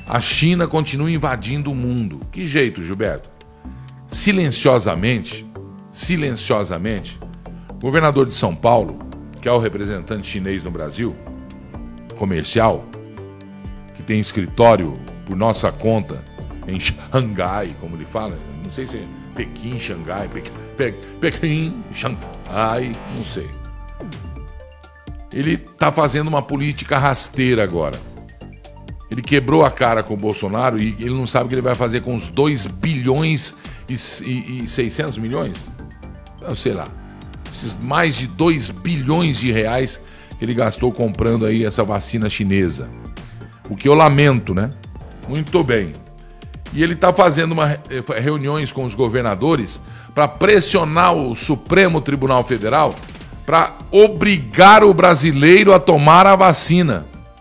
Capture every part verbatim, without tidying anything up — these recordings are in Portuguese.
a China continua invadindo o mundo. Que jeito, Gilberto? Silenciosamente, silenciosamente, o governador de São Paulo, que é o representante chinês no Brasil, comercial, que tem escritório por nossa conta em Xangai, como ele fala, não sei se é Pequim, Xangai, Pequim, Pe, Pequim, Xangai, não sei. Ele está fazendo uma política rasteira agora. Ele quebrou a cara com o Bolsonaro e ele não sabe o que ele vai fazer com os dois bilhões e, e, e seiscentos milhões? Eu sei lá. Esses mais de dois bilhões de reais que ele gastou comprando aí essa vacina chinesa. O que eu lamento, né? Muito bem. E ele está fazendo uma, reuniões com os governadores para pressionar o Supremo Tribunal Federal para obrigar o brasileiro a tomar a vacina.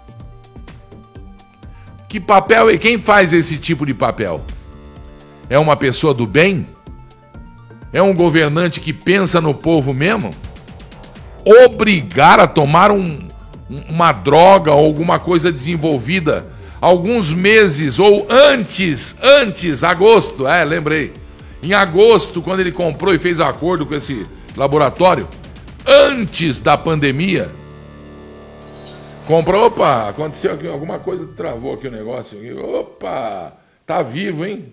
Que papel é? Quem faz esse tipo de papel? É uma pessoa do bem? É um governante que pensa no povo mesmo? Obrigar a tomar um, uma droga ou alguma coisa desenvolvida alguns meses ou antes, antes, agosto, é, lembrei. Em agosto, quando ele comprou e fez acordo com esse laboratório, antes da pandemia, comprou, opa, aconteceu aqui, alguma coisa travou aqui o negócio. Aqui. Opa, tá vivo, hein?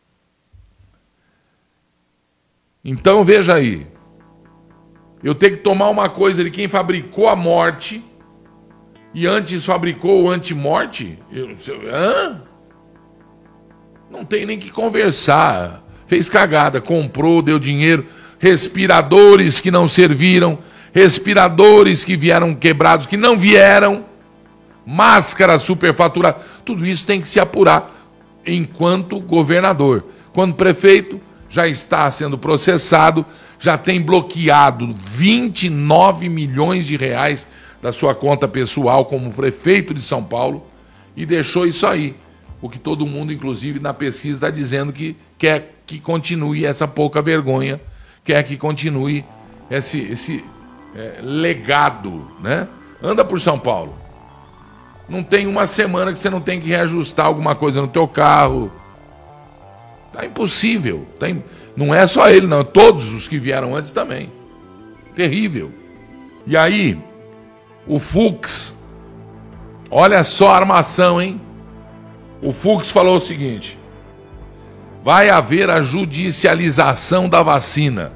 Então, veja aí. Eu tenho que tomar uma coisa de quem fabricou a morte e antes fabricou o anti-morte? Eu, hã? Não tem nem que conversar. Fez cagada, comprou, deu dinheiro, respiradores que não serviram, respiradores que vieram quebrados, que não vieram, máscara superfaturada, tudo isso tem que se apurar enquanto governador. Quando prefeito, já está sendo processado, já tem bloqueado vinte e nove milhões de reais da sua conta pessoal como prefeito de São Paulo e deixou isso aí. O que todo mundo, inclusive, na pesquisa está dizendo que quer que continue essa pouca vergonha, quer que continue esse... esse É, legado, né? Anda por São Paulo. Não tem uma semana que você não tem que reajustar alguma coisa no teu carro. Tá impossível. Tá im... Não é só ele, não. Todos os que vieram antes também. Terrível. E aí, o Fux, olha só a armação, hein? O Fux falou o seguinte: vai haver a judicialização da vacina.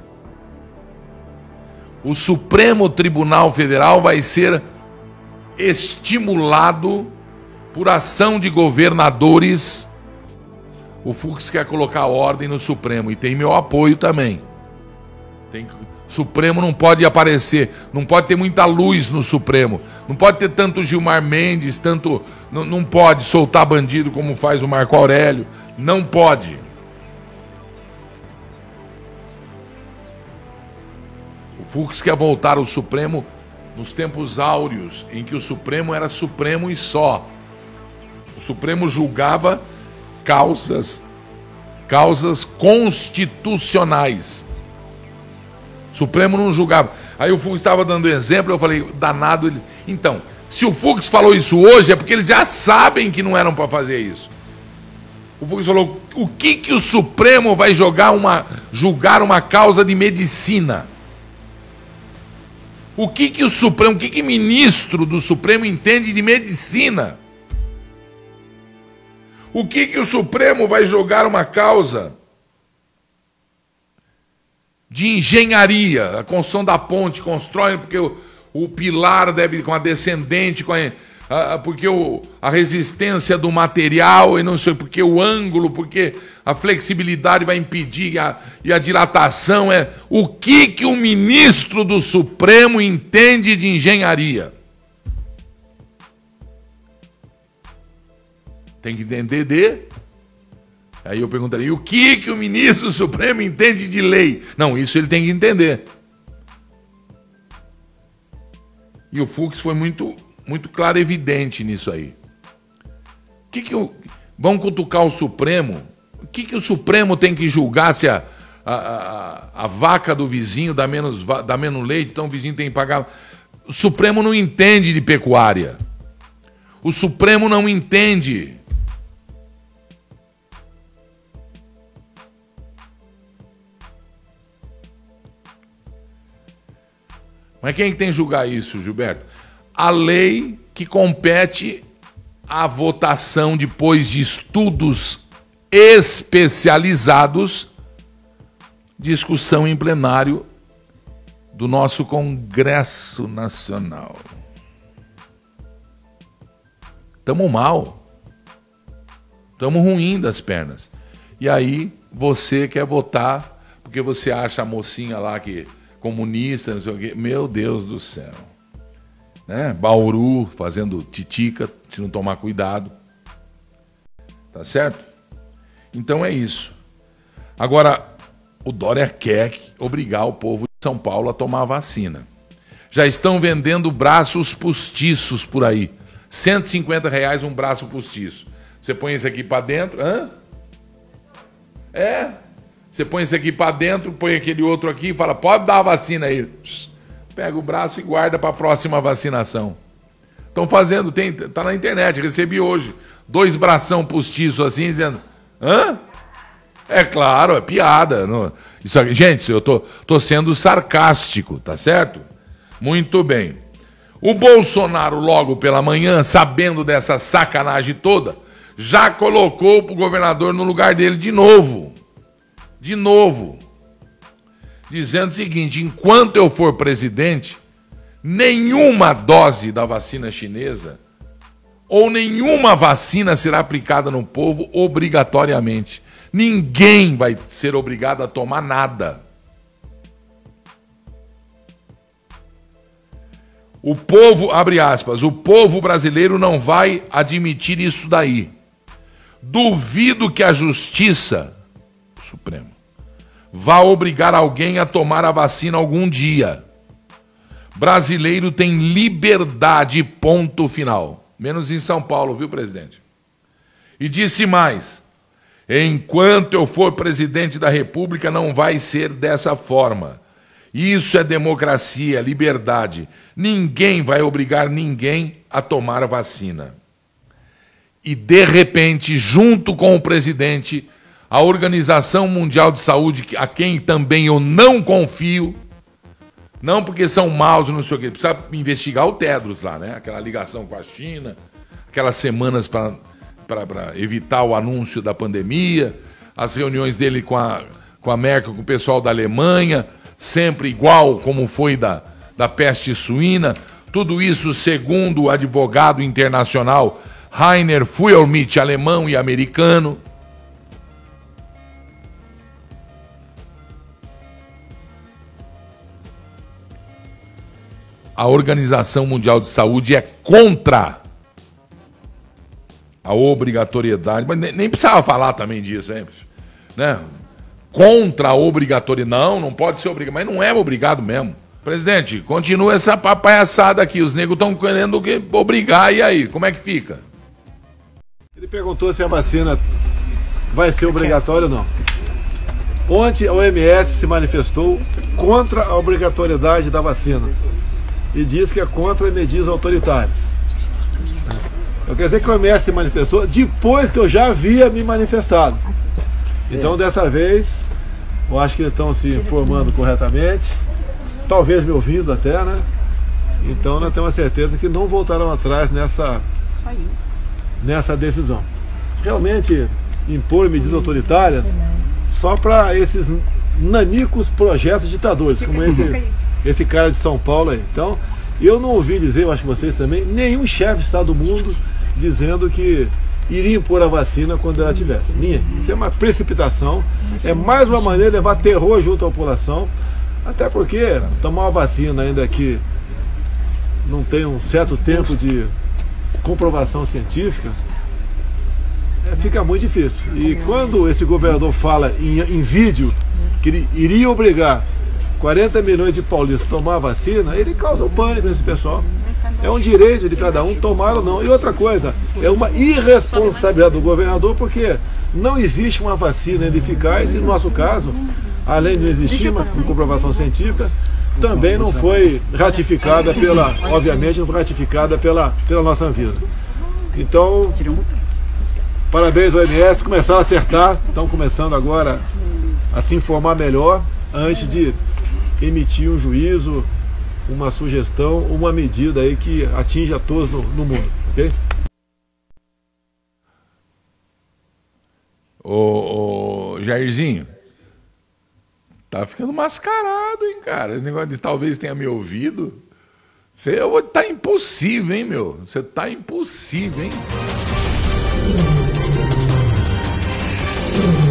O Supremo Tribunal Federal vai ser estimulado por ação de governadores. O Fux quer colocar ordem no Supremo e tem meu apoio também. Tem, o Supremo não pode aparecer, não pode ter muita luz no Supremo, não pode ter tanto Gilmar Mendes, tanto, não, não pode soltar bandido como faz o Marco Aurélio, não pode. Fux quer voltar ao Supremo nos tempos áureos, em que o Supremo era Supremo e só. O Supremo julgava causas, causas constitucionais. O Supremo não julgava. Aí o Fux estava dando exemplo, eu falei, danado. Ele... Então, se o Fux falou isso hoje, é porque eles já sabem que não eram para fazer isso. O Fux falou, o que, que o Supremo vai jogar uma, julgar uma causa de medicina? O que que o Supremo, o que que ministro do Supremo entende de medicina? O que que o Supremo vai jogar uma causa de engenharia? A construção da ponte, constrói porque o, o pilar deve com a descendente, com a, a, porque o, a resistência do material, e não sei porque o ângulo, porque a flexibilidade vai impedir a, e a dilatação é... O que que o ministro do Supremo entende de engenharia? Tem que entender de... Aí eu perguntaria, o que que o ministro do Supremo entende de lei? Não, isso ele tem que entender. E o Fux foi muito, muito claro e evidente nisso aí. O que que o... Vão cutucar o Supremo... O que, que o Supremo tem que julgar se a, a, a, a vaca do vizinho dá menos, dá menos leite, então o vizinho tem que pagar? O Supremo não entende de pecuária. O Supremo não entende Mas quem tem que julgar isso, Gilberto? A lei que compete à votação depois de estudos especializados, discussão em plenário do nosso Congresso Nacional. Estamos mal. Estamos ruim das pernas. E aí você quer votar porque você acha a mocinha lá que comunista, não sei o quê. Meu Deus do céu. Né? Bauru fazendo titica, se não tomar cuidado. Tá certo? Então é isso. Agora, o Dória quer obrigar o povo de São Paulo a tomar a vacina. Já estão vendendo braços postiços por aí. cento e cinquenta reais um braço postiço. Você põe esse aqui para dentro. Hã? É. Você põe esse aqui para dentro, põe aquele outro aqui e fala, pode dar a vacina aí. Pega o braço e guarda para a próxima vacinação. Estão fazendo, tem, tá na internet, recebi hoje. Dois bração postiços assim, dizendo... Hã? É claro, é piada. Não, isso aqui, gente, eu tô, tô sendo sarcástico, tá certo? Muito bem. O Bolsonaro, logo pela manhã, sabendo dessa sacanagem toda, já colocou o governador no lugar dele de novo. De novo. Dizendo o seguinte, enquanto eu for presidente, nenhuma dose da vacina chinesa ou nenhuma vacina será aplicada no povo obrigatoriamente. Ninguém vai ser obrigado a tomar nada. O povo, abre aspas, o povo brasileiro não vai admitir isso daí. Duvido que a justiça, Supremo, vá obrigar alguém a tomar a vacina algum dia. Brasileiro tem liberdade, ponto final. Menos em São Paulo, viu, presidente? E disse mais, enquanto eu for presidente da República não vai ser dessa forma. Isso é democracia, liberdade. Ninguém vai obrigar ninguém a tomar a vacina. E, de repente, junto com o presidente, a Organização Mundial de Saúde, a quem também eu não confio, não porque são maus, não sei o quê, precisa investigar o Tedros lá, né? Aquela ligação com a China, aquelas semanas para evitar o anúncio da pandemia, as reuniões dele com a, com a Merkel, com o pessoal da Alemanha, sempre igual como foi da, da peste suína, tudo isso segundo o advogado internacional Rainer Fuellmich, alemão e americano. A Organização Mundial de Saúde é contra a obrigatoriedade, mas nem, nem precisava falar também disso, hein? Né? Contra a obrigatoriedade. Não, não pode ser obrigado, mas não é obrigado mesmo. Presidente, continua essa papaiaçada aqui, os negros estão querendo obrigar, e aí, como é que fica? Ele perguntou se a vacina vai ser obrigatória ou não. Ontem a O M S se manifestou contra a obrigatoriedade da vacina e diz que é contra medidas autoritárias. Eu quero dizer que a O M S se manifestou depois que eu já havia me manifestado. Então dessa vez, eu acho que eles estão se informando corretamente, talvez me ouvindo até, né? Então nós temos a certeza que não voltarão atrás nessa, nessa decisão. Realmente impor medidas autoritárias só para esses nanicos projetos ditadores, como esse, esse cara de São Paulo aí. Então, eu não ouvi dizer, eu acho que vocês também, nenhum chefe de Estado do mundo dizendo que iria impor a vacina quando ela tivesse. Minha, isso é uma precipitação, é mais uma maneira de levar terror junto à população, até porque tomar uma vacina ainda que não tem um certo tempo de comprovação científica, é, fica muito difícil. E quando esse governador fala em, em vídeo que ele iria obrigar quarenta milhões de paulistas a tomar a vacina, ele causa um pânico nesse pessoal. É um direito de cada um tomar ou não. E outra coisa, é uma irresponsabilidade do governador, porque não existe uma vacina eficaz, e no nosso caso, além de não existir uma comprovação científica, também não foi ratificada pela, obviamente, não foi ratificada pela, pela nossa Anvisa. Então, parabéns ao O M S, começaram a acertar, estão começando agora a se informar melhor, antes de emitir um juízo uma sugestão, uma medida aí que atinja todos no, no mundo, ok? Ô, ô, Jairzinho, tá ficando mascarado, hein, cara? Esse negócio de talvez tenha me ouvido. Você tá impossível, hein, meu? Você tá impossível, hein?